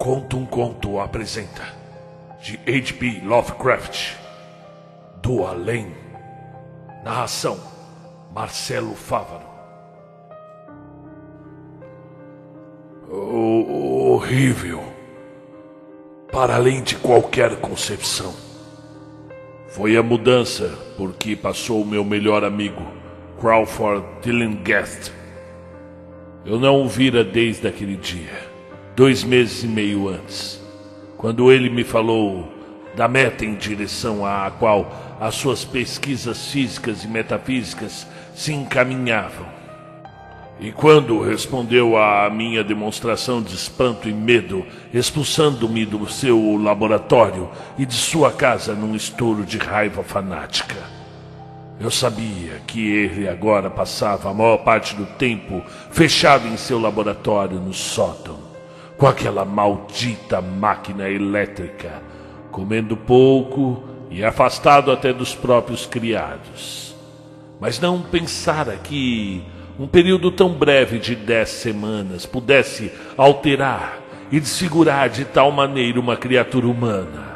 Conto um Conto apresenta, de H.P. Lovecraft, Do Além. Narração, Marcelo Fávaro. Horrível, para além de qualquer concepção. Foi a mudança por que passou o meu melhor amigo, Crawford Tillinghast. Eu não o vira desde aquele dia, 2 meses e meio antes, quando ele me falou da meta em direção à qual as suas pesquisas físicas e metafísicas se encaminhavam. E quando respondeu à minha demonstração de espanto e medo, expulsando-me do seu laboratório e de sua casa num estouro de raiva fanática, eu sabia que ele agora passava a maior parte do tempo fechado em seu laboratório no sótão, com aquela maldita máquina elétrica, comendo pouco e afastado até dos próprios criados. Mas não pensara que um período tão breve de 10 semanas pudesse alterar e desfigurar de tal maneira uma criatura humana.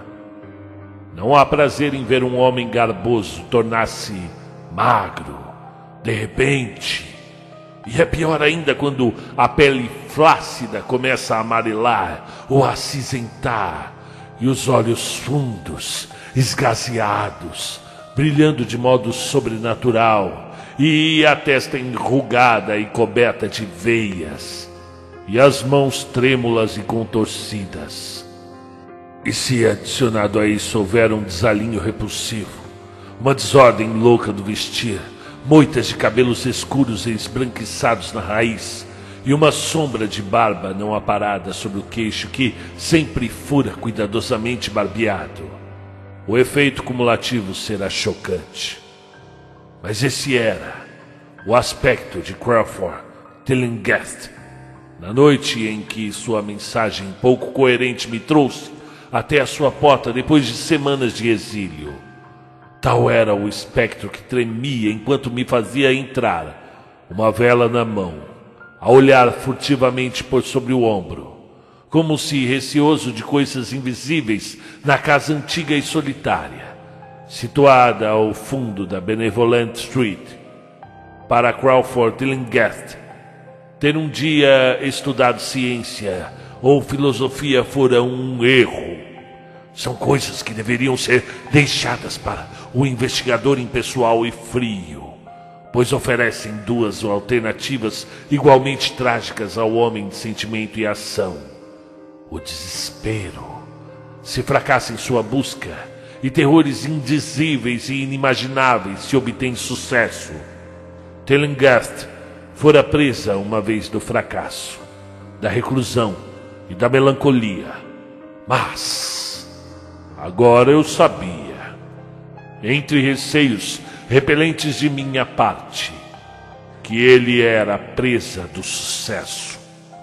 Não há prazer em ver um homem garboso tornar-se magro, de repente. E é pior ainda quando a pele flácida começa a amarelar ou a acinzentar, e os olhos fundos, esgazeados, brilhando de modo sobrenatural, e a testa enrugada e coberta de veias, e as mãos trêmulas e contorcidas. E se adicionado a isso houver um desalinho repulsivo, uma desordem louca do vestir, moitas de cabelos escuros e esbranquiçados na raiz, e uma sombra de barba não aparada sobre o queixo que sempre fora cuidadosamente barbeado, o efeito cumulativo será chocante. Mas esse era o aspecto de Crawford Tillinghast na noite em que sua mensagem pouco coerente me trouxe até a sua porta depois de semanas de exílio. Tal era o espectro que tremia enquanto me fazia entrar, uma vela na mão, a olhar furtivamente por sobre o ombro, como se receoso de coisas invisíveis na casa antiga e solitária, situada ao fundo da Benevolent Street. Para Crawford Tillinghast, ter um dia estudado ciência ou filosofia fora um erro. São coisas que deveriam ser deixadas para o investigador impessoal e frio, pois oferecem 2 alternativas igualmente trágicas ao homem de sentimento e ação: o desespero, se fracassa em sua busca, e terrores indizíveis e inimagináveis se obtém sucesso. Tillinghast fora presa uma vez do fracasso, da reclusão e da melancolia, mas agora eu sabia, entre receios repelentes de minha parte, que ele era a presa do sucesso.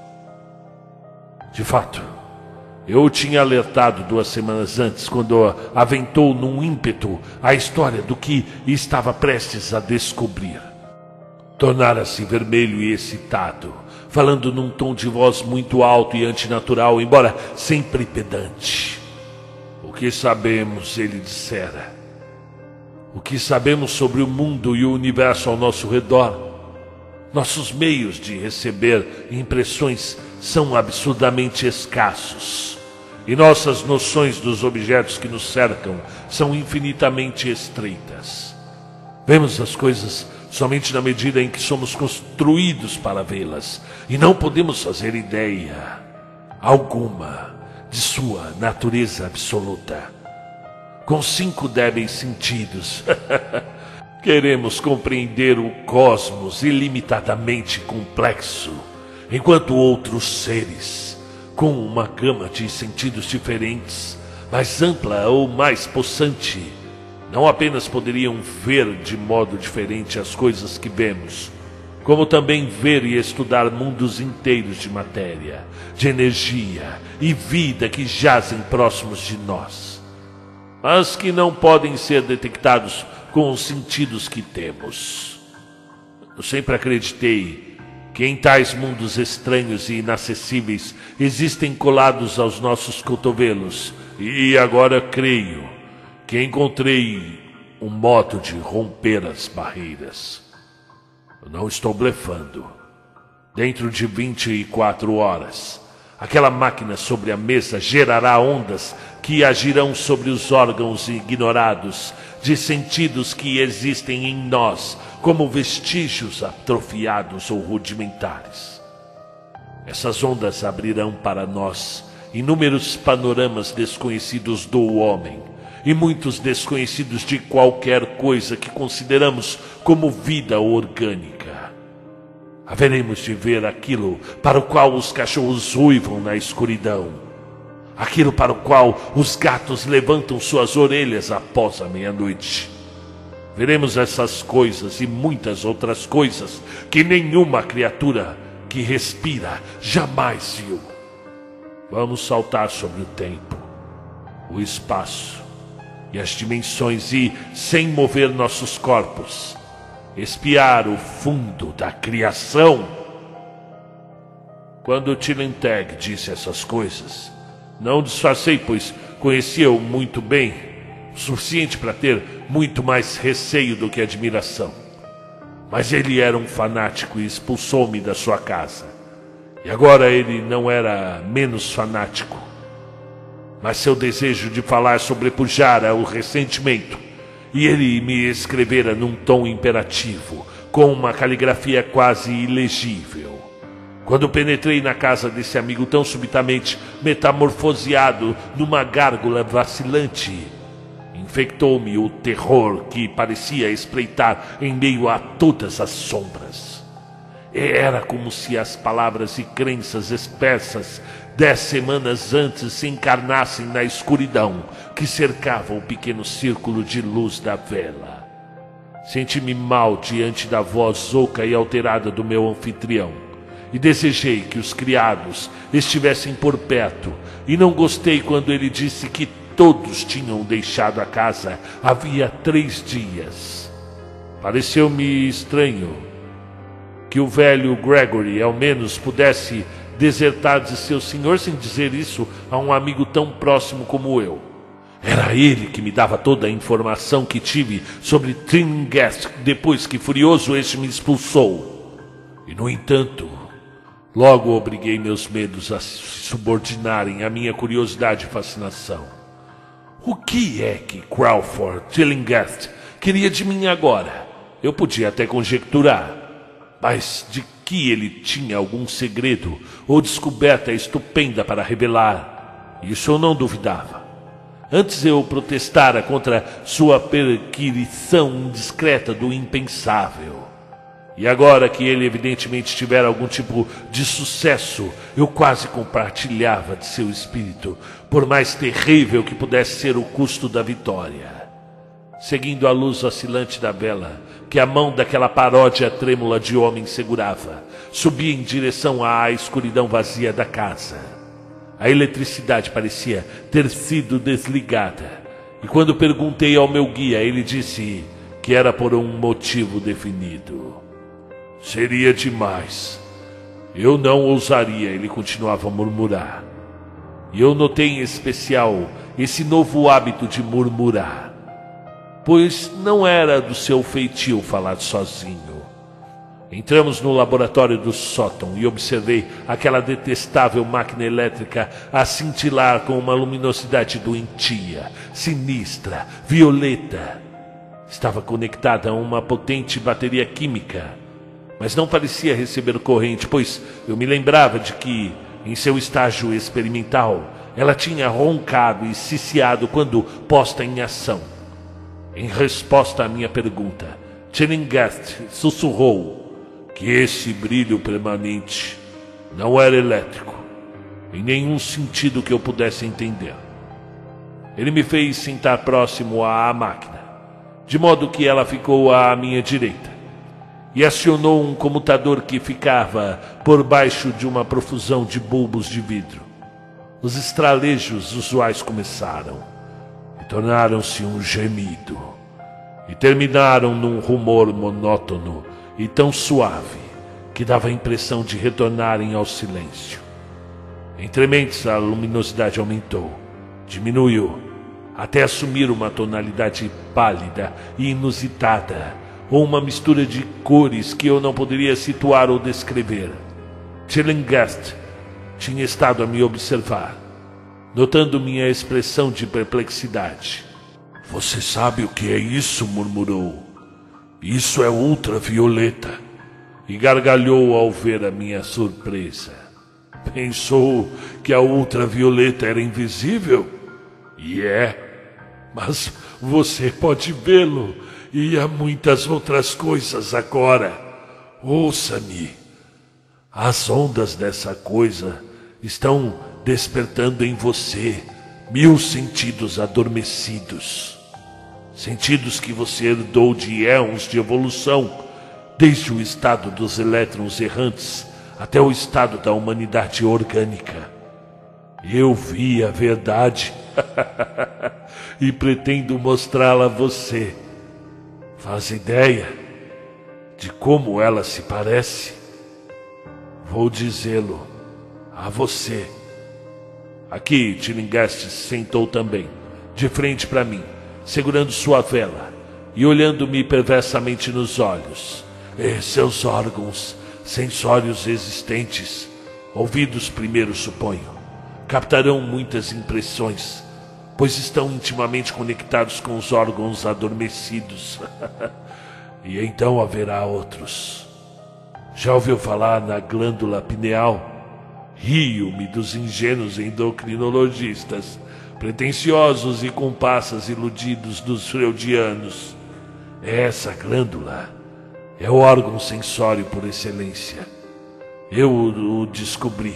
De fato, eu o tinha alertado 2 semanas antes, quando aventou num ímpeto a história do que estava prestes a descobrir. Tornara-se vermelho e excitado, falando num tom de voz muito alto e antinatural, embora sempre pedante. O que sabemos, ele dissera. O que sabemos sobre o mundo e o universo ao nosso redor? Nossos meios de receber impressões são absurdamente escassos, e nossas noções dos objetos que nos cercam são infinitamente estreitas. Vemos as coisas somente na medida em que somos construídos para vê-las, e não podemos fazer ideia alguma de sua natureza absoluta. Com 5 débeis sentidos, queremos compreender o cosmos ilimitadamente complexo, enquanto outros seres, com uma gama de sentidos diferentes, mais ampla ou mais possante, não apenas poderiam ver de modo diferente as coisas que vemos, como também ver e estudar mundos inteiros de matéria, de energia e vida que jazem próximos de nós, mas que não podem ser detectados com os sentidos que temos. Eu sempre acreditei que em tais mundos estranhos e inacessíveis existem colados aos nossos cotovelos, e agora creio que encontrei um modo de romper as barreiras. Eu não estou blefando. Dentro de 24 horas, aquela máquina sobre a mesa gerará ondas que agirão sobre os órgãos ignorados de sentidos que existem em nós como vestígios atrofiados ou rudimentares. Essas ondas abrirão para nós inúmeros panoramas desconhecidos do homem e muitos desconhecidos de qualquer coisa que consideramos como vida orgânica. Haveremos de ver aquilo para o qual os cachorros uivam na escuridão, aquilo para o qual os gatos levantam suas orelhas após a meia-noite. Veremos essas coisas e muitas outras coisas que nenhuma criatura que respira jamais viu. Vamos saltar sobre o tempo, o espaço e as dimensões e, sem mover nossos corpos, espiar o fundo da criação. Quando Tillentag disse essas coisas, não disfarcei, pois conhecia-o muito bem, o suficiente para ter muito mais receio do que admiração. Mas ele era um fanático e expulsou-me da sua casa. E agora ele não era menos fanático, mas seu desejo de falar sobrepujara o ressentimento, e ele me escrevera num tom imperativo, com uma caligrafia quase ilegível. Quando penetrei na casa desse amigo tão subitamente metamorfoseado numa gárgula vacilante, infectou-me o terror que parecia espreitar em meio a todas as sombras. Era como se as palavras e crenças espessas 10 semanas antes se encarnassem na escuridão que cercava o pequeno círculo de luz da vela. Senti-me mal diante da voz oca e alterada do meu anfitrião, e desejei que os criados estivessem por perto, e não gostei quando ele disse que todos tinham deixado a casa havia 3 dias. Pareceu-me estranho que o velho Gregory ao menos pudesse desertar de seu senhor sem dizer isso a um amigo tão próximo como eu. Era ele que me dava toda a informação que tive sobre Tringast depois que furioso este me expulsou. E no entanto, logo obriguei meus medos a se subordinarem à minha curiosidade e fascinação. O que é que Crawford Tillingast queria de mim agora? Eu podia até conjecturar, mas de que ele tinha algum segredo ou descoberta estupenda para revelar, isso eu não duvidava. Antes eu protestara contra sua perquirição indiscreta do impensável. E agora que ele evidentemente tivera algum tipo de sucesso, eu quase compartilhava de seu espírito, por mais terrível que pudesse ser o custo da vitória. Seguindo a luz oscilante da vela, que a mão daquela paródia trêmula de homem segurava, subi em direção à escuridão vazia da casa. A eletricidade parecia ter sido desligada, e quando perguntei ao meu guia, ele disse que era por um motivo definido. Seria demais. Eu não ousaria, ele continuava a murmurar. E eu notei em especial esse novo hábito de murmurar, pois não era do seu feitio falar sozinho. Entramos no laboratório do sótão e observei aquela detestável máquina elétrica a cintilar com uma luminosidade doentia, sinistra, violeta. Estava conectada a uma potente bateria química, mas não parecia receber corrente, pois eu me lembrava de que, em seu estágio experimental, ela tinha roncado e ciciado quando posta em ação. Em resposta à minha pergunta, Tillingast sussurrou que esse brilho permanente não era elétrico, em nenhum sentido que eu pudesse entender. Ele me fez sentar próximo à máquina, de modo que ela ficou à minha direita, e acionou um comutador que ficava por baixo de uma profusão de bulbos de vidro. Os estralejos usuais começaram e tornaram-se um gemido, e terminaram num rumor monótono e tão suave que dava a impressão de retornarem ao silêncio. Entre mentes, a luminosidade aumentou, diminuiu, até assumir uma tonalidade pálida e inusitada, ou uma mistura de cores que eu não poderia situar ou descrever. Tillinghast tinha estado a me observar, notando minha expressão de perplexidade. "Você sabe o que é isso?" murmurou. "Isso é ultravioleta." E gargalhou ao ver a minha surpresa. Pensou que a ultravioleta era invisível? E é, mas você pode vê-lo, e há muitas outras coisas agora. Ouça-me. As ondas dessa coisa estão despertando em você 1000 sentidos adormecidos. Sentidos que você herdou de éons de evolução, desde o estado dos elétrons errantes até o estado da humanidade orgânica. Eu vi a verdade e pretendo mostrá-la a você. Faz ideia de como ela se parece? Vou dizê-lo a você. Aqui Tillinghast sentou também, de frente para mim, segurando sua vela e olhando-me perversamente nos olhos. Seus órgãos sensórios existentes, ouvidos primeiro suponho, captarão muitas impressões, pois estão intimamente conectados com os órgãos adormecidos. E então haverá outros. Já ouviu falar na glândula pineal? Rio-me dos ingênuos endocrinologistas, pretensiosos e com passas iludidos dos freudianos. Essa glândula é o órgão sensório por excelência. Eu o descobri.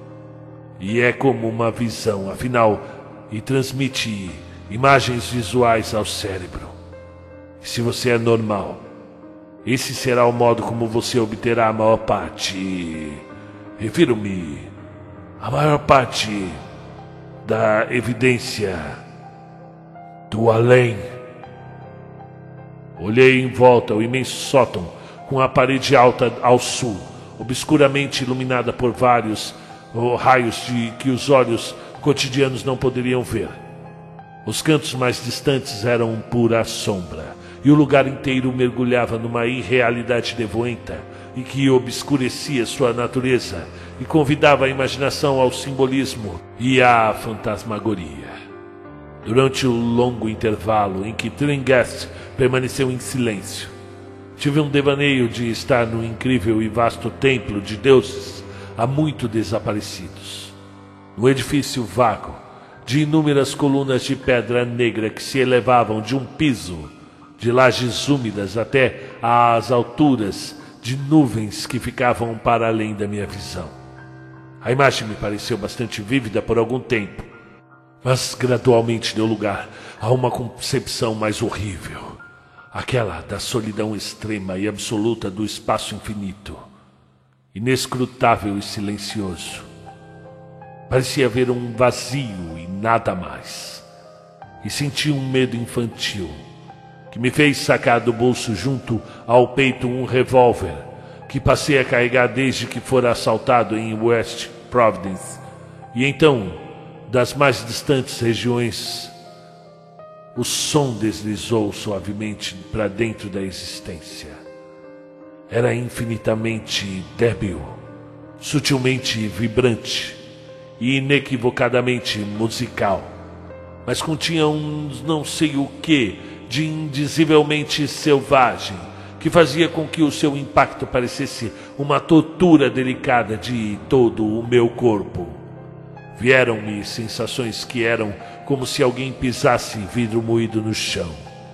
E é como uma visão, afinal, e transmite imagens visuais ao cérebro. E se você é normal, esse será o modo como você obterá a maior parte... Refiro-me a maior parte da evidência do além. Olhei em volta o imenso sótão com a parede alta ao sul, obscuramente iluminada por vários raios que os olhos cotidianos não poderiam ver. Os cantos mais distantes eram pura sombra, e o lugar inteiro mergulhava numa irrealidade devoenta e que obscurecia sua natureza e convidava a imaginação ao simbolismo e à fantasmagoria. Durante o longo intervalo em que Tillinghast permaneceu em silêncio, tive um devaneio de estar no incrível e vasto templo de deuses há muito desaparecidos. No edifício vago, de inúmeras colunas de pedra negra que se elevavam de um piso de lajes úmidas até às alturas de nuvens que ficavam para além da minha visão. A imagem me pareceu bastante vívida por algum tempo, mas gradualmente deu lugar a uma concepção mais horrível, aquela da solidão extrema e absoluta do espaço infinito, inescrutável e silencioso. Parecia haver um vazio e nada mais, e senti um medo infantil que me fez sacar do bolso junto ao peito um revólver que passei a carregar desde que fora assaltado em West Providence. E então, das mais distantes regiões, o som deslizou suavemente para dentro da existência. Era infinitamente débil, sutilmente vibrante e inequivocadamente musical, mas continha um não sei o que de indizivelmente selvagem, que fazia com que o seu impacto parecesse uma tortura delicada de todo o meu corpo. Vieram-me sensações que eram como se alguém pisasse vidro moído no chão.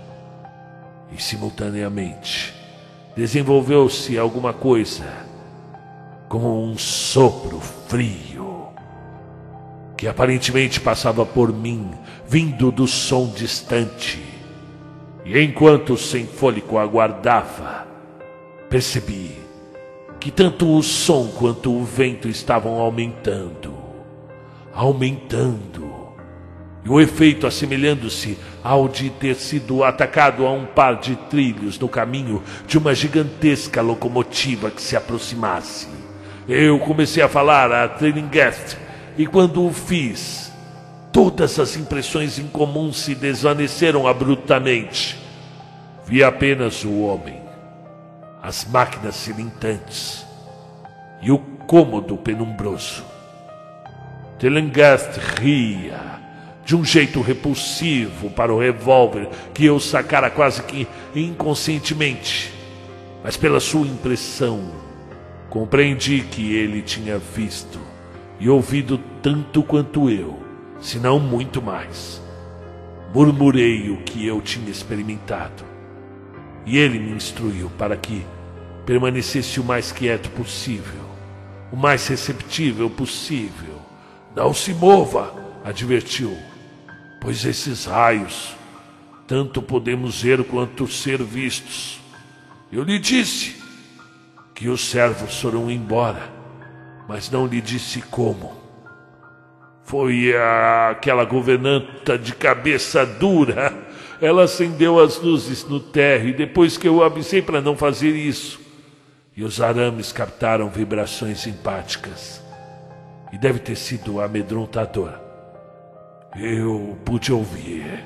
E simultaneamente desenvolveu-se alguma coisa, como um sopro frio, que aparentemente passava por mim, vindo do som distante. E enquanto sem fôlego aguardava, percebi que tanto o som quanto o vento estavam aumentando, e o efeito assemelhando-se ao de ter sido atacado a um par de trilhos no caminho de uma gigantesca locomotiva que se aproximasse. Eu comecei a falar a Trillinghast, e quando o fiz, todas as impressões incomuns se desvaneceram abruptamente. Vi apenas o homem, as máquinas cilintantes e o cômodo penumbroso. Trillinghast ria de um jeito repulsivo para o revólver que eu sacara quase que inconscientemente, mas pela sua impressão compreendi que ele tinha visto e ouvido tanto quanto eu, se não muito mais. Murmurei o que eu tinha experimentado, e ele me instruiu para que permanecesse o mais quieto possível, o mais receptível possível. Não se mova, advertiu, pois esses raios tanto podemos ver quanto ser vistos. Eu lhe disse que os servos foram embora, mas não lhe disse como. Foi aquela governanta de cabeça dura. Ela acendeu as luzes no térreo e depois que eu avisei para não fazer isso, e os arames captaram vibrações simpáticas. E deve ter sido amedrontador. Eu pude ouvir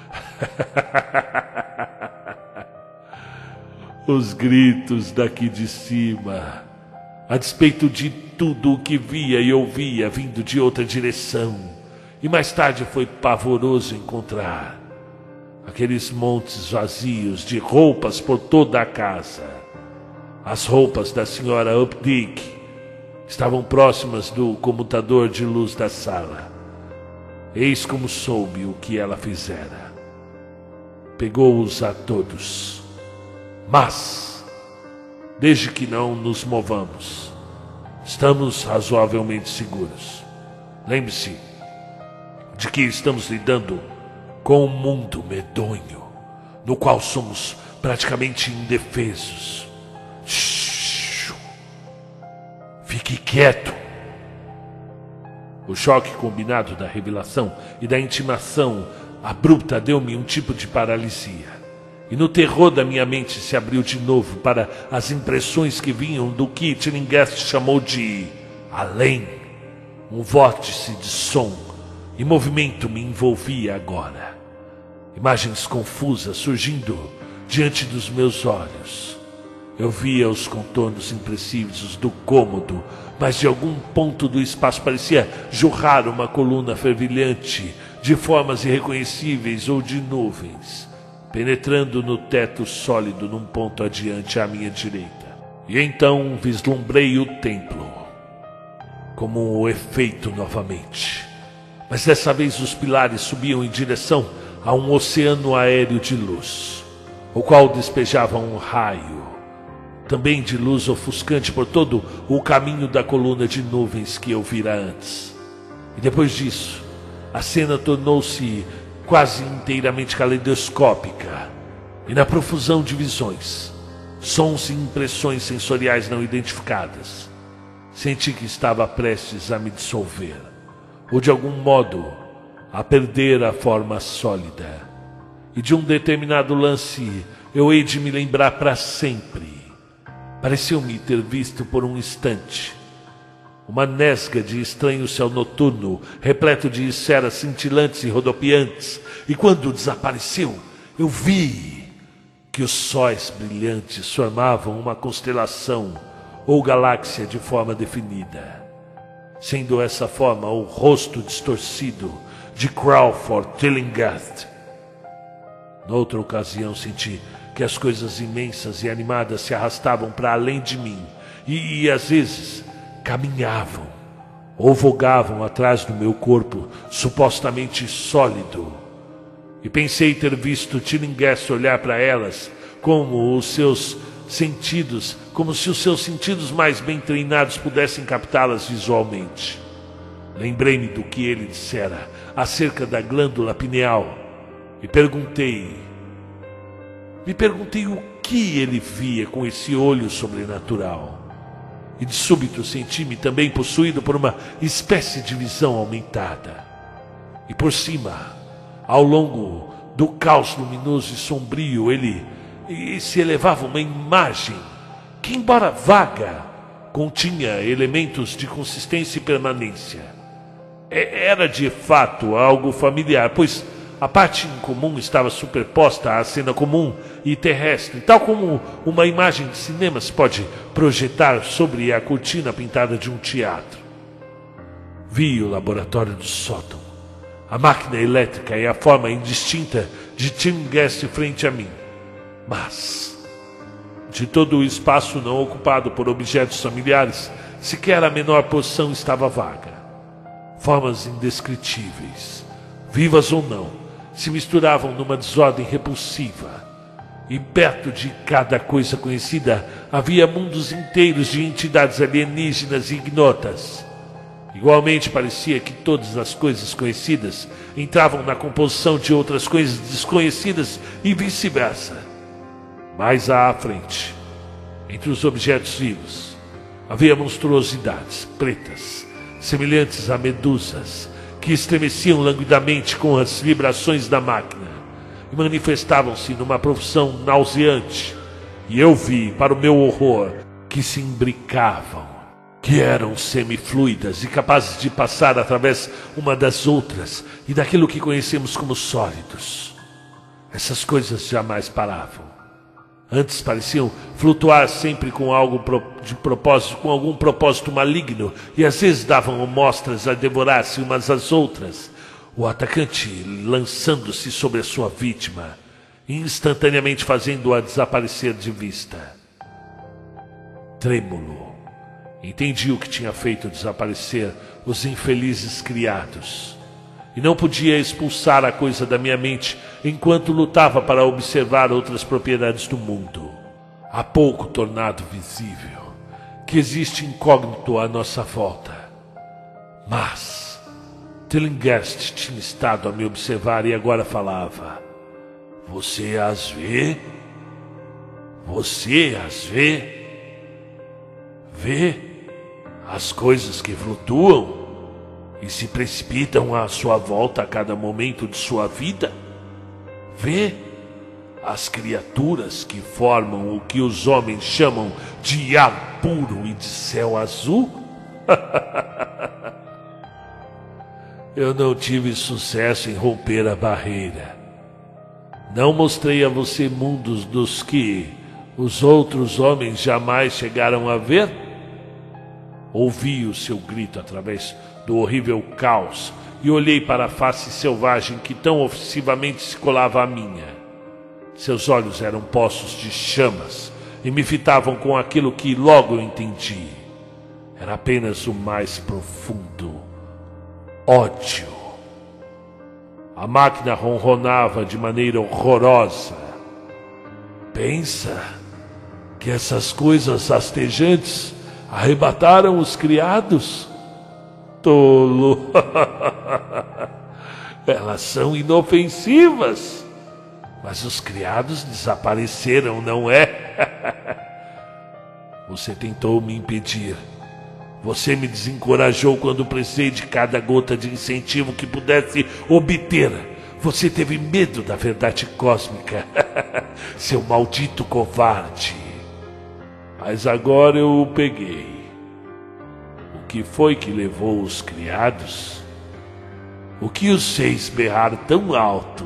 os gritos daqui de cima, a despeito de tudo o que via e ouvia vindo de outra direção. E mais tarde foi pavoroso encontrar aqueles montes vazios de roupas por toda a casa. As roupas da senhora Updike estavam próximas do comutador de luz da sala. Eis como soube o que ela fizera. Pegou-os a todos. Mas, desde que não nos movamos, estamos razoavelmente seguros. Lembre-se de que estamos lidando com um mundo medonho, no qual somos praticamente indefesos. Shhh. Fique quieto. O choque combinado da revelação e da intimação abrupta deu-me um tipo de paralisia. E no terror da minha mente se abriu de novo para as impressões que vinham do que Trillinghast chamou de além. Um vórtice de som e movimento me envolvia agora. Imagens confusas surgindo diante dos meus olhos. Eu via os contornos imprecisos do cômodo, mas de algum ponto do espaço parecia jorrar uma coluna fervilhante de formas irreconhecíveis ou de nuvens, penetrando no teto sólido num ponto adiante à minha direita. E então vislumbrei o templo, como um efeito novamente. Mas dessa vez os pilares subiam em direção a um oceano aéreo de luz, o qual despejava um raio, também de luz ofuscante por todo o caminho da coluna de nuvens que eu vira antes. E depois disso, a cena tornou-se quase inteiramente caleidoscópica, e na profusão de visões, sons e impressões sensoriais não identificadas, senti que estava prestes a me dissolver, ou de algum modo a perder a forma sólida. E de um determinado lance eu hei de me lembrar para sempre. Pareceu-me ter visto por um instante uma nesga de estranho céu noturno, repleto de esferas cintilantes e rodopiantes, e quando desapareceu, eu vi que os sóis brilhantes formavam uma constelação ou galáxia de forma definida, sendo essa forma o rosto distorcido de Crawford Trillinghast. Noutra ocasião senti que as coisas imensas e animadas se arrastavam para além de mim e às vezes caminhavam ou vogavam atrás do meu corpo supostamente sólido. E pensei ter visto Trillinghast olhar para elas como os seus sentidos, como se os seus sentidos mais bem treinados pudessem captá-las visualmente. Lembrei-me do que ele dissera acerca da glândula pineal e me perguntei o que ele via com esse olho sobrenatural. E de súbito senti-me também possuído por uma espécie de visão aumentada. E por cima, ao longo do caos luminoso e sombrio, se elevava uma imagem que, embora vaga, continha elementos de consistência e permanência. Era de fato algo familiar, pois a parte incomum estava superposta à cena comum e terrestre, tal como uma imagem de cinema se pode projetar sobre a cortina pintada de um teatro. Vi o laboratório do sótão, a máquina elétrica e a forma indistinta de Tillinghast frente a mim. Mas, de todo o espaço não ocupado por objetos familiares, sequer a menor porção estava vaga. Formas indescritíveis, vivas ou não, se misturavam numa desordem repulsiva. E perto de cada coisa conhecida havia mundos inteiros de entidades alienígenas e ignotas. Igualmente parecia que todas as coisas conhecidas entravam na composição de outras coisas desconhecidas e vice-versa. Mais à frente, entre os objetos vivos, havia monstruosidades pretas, semelhantes a medusas, que estremeciam languidamente com as vibrações da máquina e manifestavam-se numa profusão nauseante. E eu vi, para o meu horror, que se imbricavam, que eram semifluidas e capazes de passar através uma das outras e daquilo que conhecemos como sólidos. Essas coisas jamais paravam. Antes pareciam flutuar sempre com algo de propósito, com algum propósito maligno, e às vezes davam mostras a devorar-se umas às outras, o atacante lançando-se sobre a sua vítima, instantaneamente fazendo-a desaparecer de vista. Trêmulo, entendi o que tinha feito desaparecer os infelizes criados, e não podia expulsar a coisa da minha mente enquanto lutava para observar outras propriedades do mundo. Há pouco tornado visível que existe incógnito à nossa volta. Mas Tillinghast tinha estado a me observar e agora falava. Você as vê? Você as vê? Vê as coisas que flutuam e se precipitam à sua volta a cada momento de sua vida? Vê as criaturas que formam o que os homens chamam de ar puro e de céu azul? Eu não tive sucesso em romper a barreira. Não mostrei a você mundos dos que os outros homens jamais chegaram a ver? Ouvi o seu grito através do horrível caos e olhei para a face selvagem que tão ofensivamente se colava à minha. Seus olhos eram poços de chamas e me fitavam com aquilo que logo eu entendi. Era apenas o mais profundo ódio. A máquina ronronava de maneira horrorosa. Pensa que essas coisas rastejantes arrebataram os criados? Tolo! Elas são inofensivas, mas os criados desapareceram, não é? Você tentou me impedir. Você me desencorajou quando precisei de cada gota de incentivo que pudesse obter. Você teve medo da verdade cósmica, seu maldito covarde. Mas agora eu o peguei. O que foi que levou os criados? O que os fez berrar tão alto?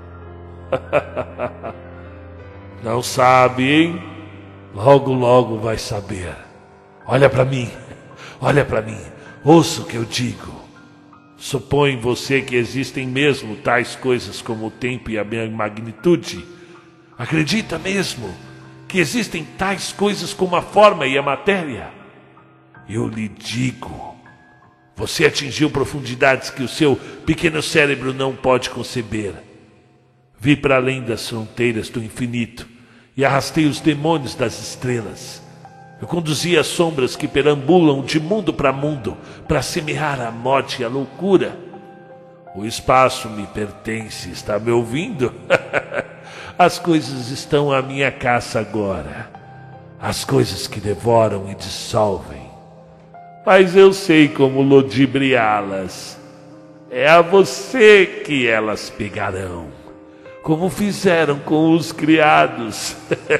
Não sabe, hein? Logo, logo vai saber. Olha para mim, ouça o que eu digo. Supõe você que existem mesmo tais coisas como o tempo e a magnitude? Acredita mesmo que existem tais coisas como a forma e a matéria? Eu lhe digo, você atingiu profundidades que o seu pequeno cérebro não pode conceber. Vi para além das fronteiras do infinito e arrastei os demônios das estrelas. Eu conduzi as sombras que perambulam de mundo para semear a morte e a loucura. O espaço me pertence, está me ouvindo? As coisas estão à minha caça agora. As coisas que devoram e dissolvem. Mas eu sei como ludibriá-las. é a você que elas pegarão, como fizeram com os criados.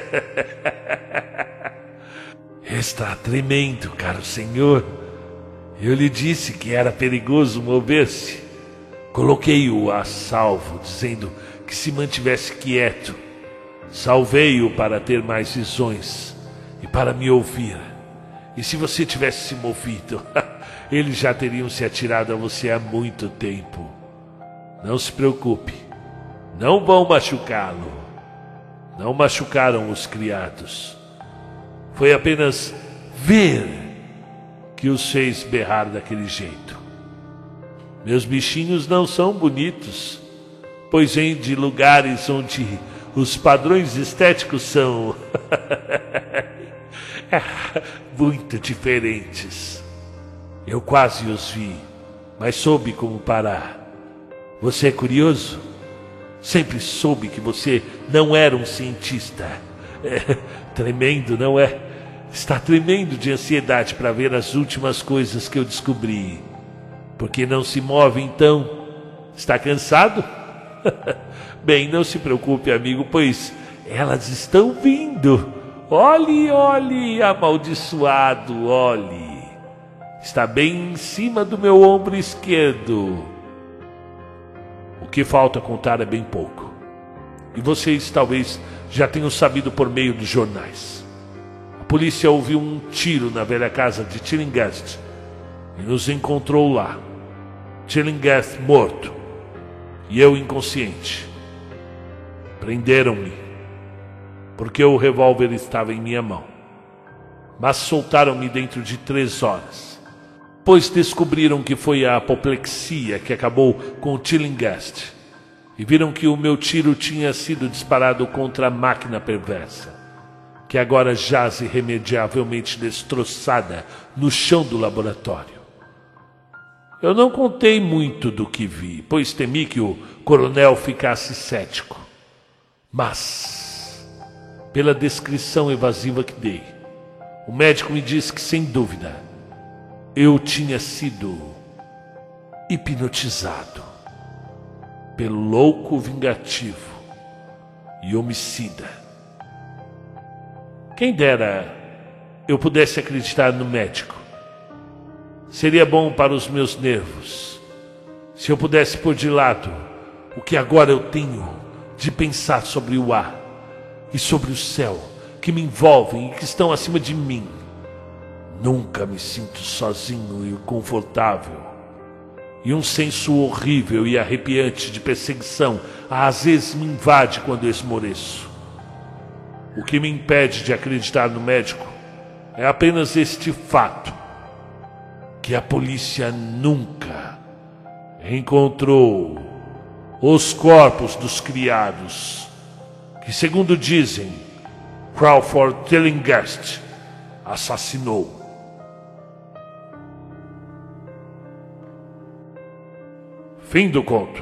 Está tremendo, caro senhor. Eu lhe disse que era perigoso mover-se. Coloquei-o a salvo, dizendo que se mantivesse quieto. Salvei-o para ter mais visões e para me ouvir. E se você tivesse se movido, eles já teriam se atirado a você há muito tempo. Não se preocupe, não vão machucá-lo. Não machucaram os criados. Foi apenas ver que os fez berrar daquele jeito. Meus bichinhos não são bonitos, pois vêm de lugares onde os padrões estéticos são muito diferentes. Eu quase os vi, mas soube como parar. Você é curioso? Sempre soube que você não era um cientista. Tremendo, não é? Está tremendo de ansiedade para ver as últimas coisas que eu descobri. Por que não se move então? Está cansado? Bem, não se preocupe, amigo, pois elas estão vindo. Olhe, olhe, amaldiçoado, olhe. Está bem em cima do meu ombro esquerdo. O que falta contar é bem pouco. E vocês talvez já tenham sabido por meio dos jornais. A polícia ouviu um tiro na velha casa de Tillinghast e nos encontrou lá. Tillinghast morto e eu inconsciente. Prenderam-me porque o revólver estava em minha mão, mas soltaram-me dentro de 3 horas, pois descobriram que foi a apoplexia que acabou com o Tillinghast e viram que o meu tiro tinha sido disparado contra a máquina perversa, que agora jaz irremediavelmente destroçada no chão do laboratório. Eu não contei muito do que vi, pois temi que o coronel ficasse cético. Mas, pela descrição evasiva que dei, o médico me disse que, sem dúvida, eu tinha sido hipnotizado pelo louco vingativo e homicida. Quem dera eu pudesse acreditar no médico. Seria bom para os meus nervos se eu pudesse pôr de lado o que agora eu tenho de pensar sobre o ar e sobre o céu que me envolvem e que estão acima de mim. Nunca me sinto sozinho e confortável. E um senso horrível e arrepiante de perseguição às vezes me invade quando esmoreço. O que me impede de acreditar no médico é apenas este fato: que a polícia nunca encontrou os corpos dos criados que, segundo dizem, Crawford Tillinghast assassinou. Fim do conto.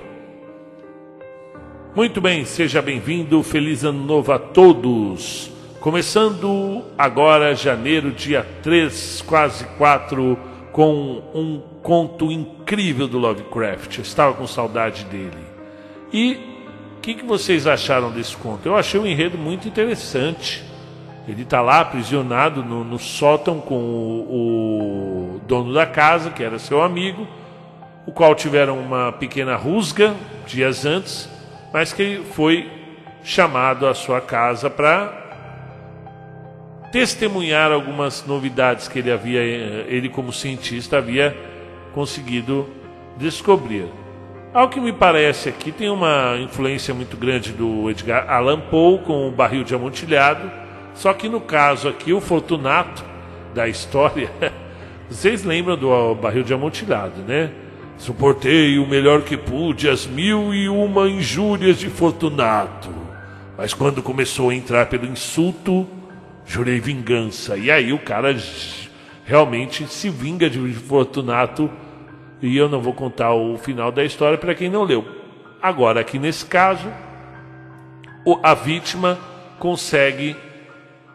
Muito bem, seja bem-vindo, feliz ano novo a todos. Começando agora, janeiro, dia 3, quase 4, com um conto incrível do Lovecraft. Eu estava com saudade dele. E o que vocês acharam desse conto? Eu achei um enredo muito interessante. Ele está lá aprisionado no sótão com o dono da casa, que era seu amigo, o qual tiveram uma pequena rusga dias antes, mas que foi chamado à sua casa para testemunhar algumas novidades que ele como cientista havia conseguido descobrir. Ao que me parece aqui, tem uma influência muito grande do Edgar Allan Poe com o Barril de Amontilhado, só que no caso aqui, o Fortunato da história, vocês lembram do Barril de Amontilhado, né? Suportei o melhor que pude as 1001 injúrias de Fortunato, mas quando começou a entrar pelo insulto, jurei vingança. E aí o cara realmente se vinga de Fortunato. E eu não vou contar o final da história para quem não leu. Agora, aqui nesse caso, a vítima consegue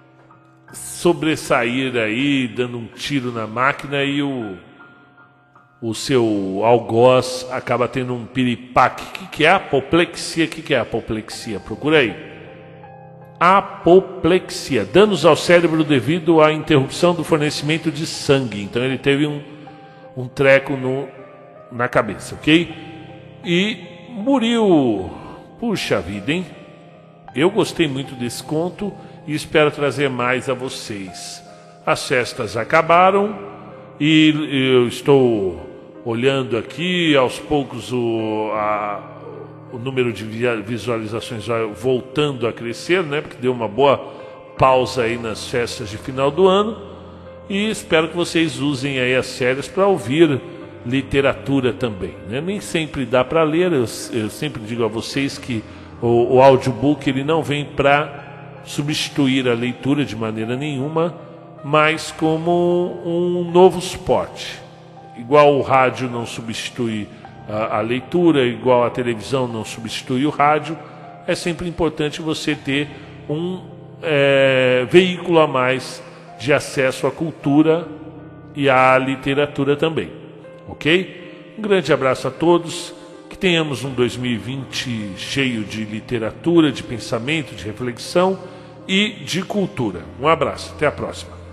sobressair aí, dando um tiro na máquina, e o seu algoz acaba tendo um piripaque. O que é apoplexia? O que é apoplexia? Procura aí. Apoplexia, danos ao cérebro devido à interrupção do fornecimento de sangue. Então ele teve um treco na cabeça, ok? E muriu. Puxa vida, hein? Eu gostei muito desse conto e espero trazer mais a vocês. As festas acabaram e eu estou olhando aqui, aos poucos o número de visualizações vai voltando a crescer, né? Porque deu uma boa pausa aí nas festas de final do ano. E espero que vocês usem aí as férias para ouvir literatura também, né? Nem sempre dá para ler, eu sempre digo a vocês que o audiobook ele não vem para substituir a leitura de maneira nenhuma, mas como um novo suporte. Igual o rádio não substitui a leitura, igual a televisão não substitui o rádio, é sempre importante você ter um veículo a mais de acesso à cultura e à literatura também, ok? Um grande abraço a todos, que tenhamos um 2020 cheio de literatura, de pensamento, de reflexão e de cultura. Um abraço, até a próxima.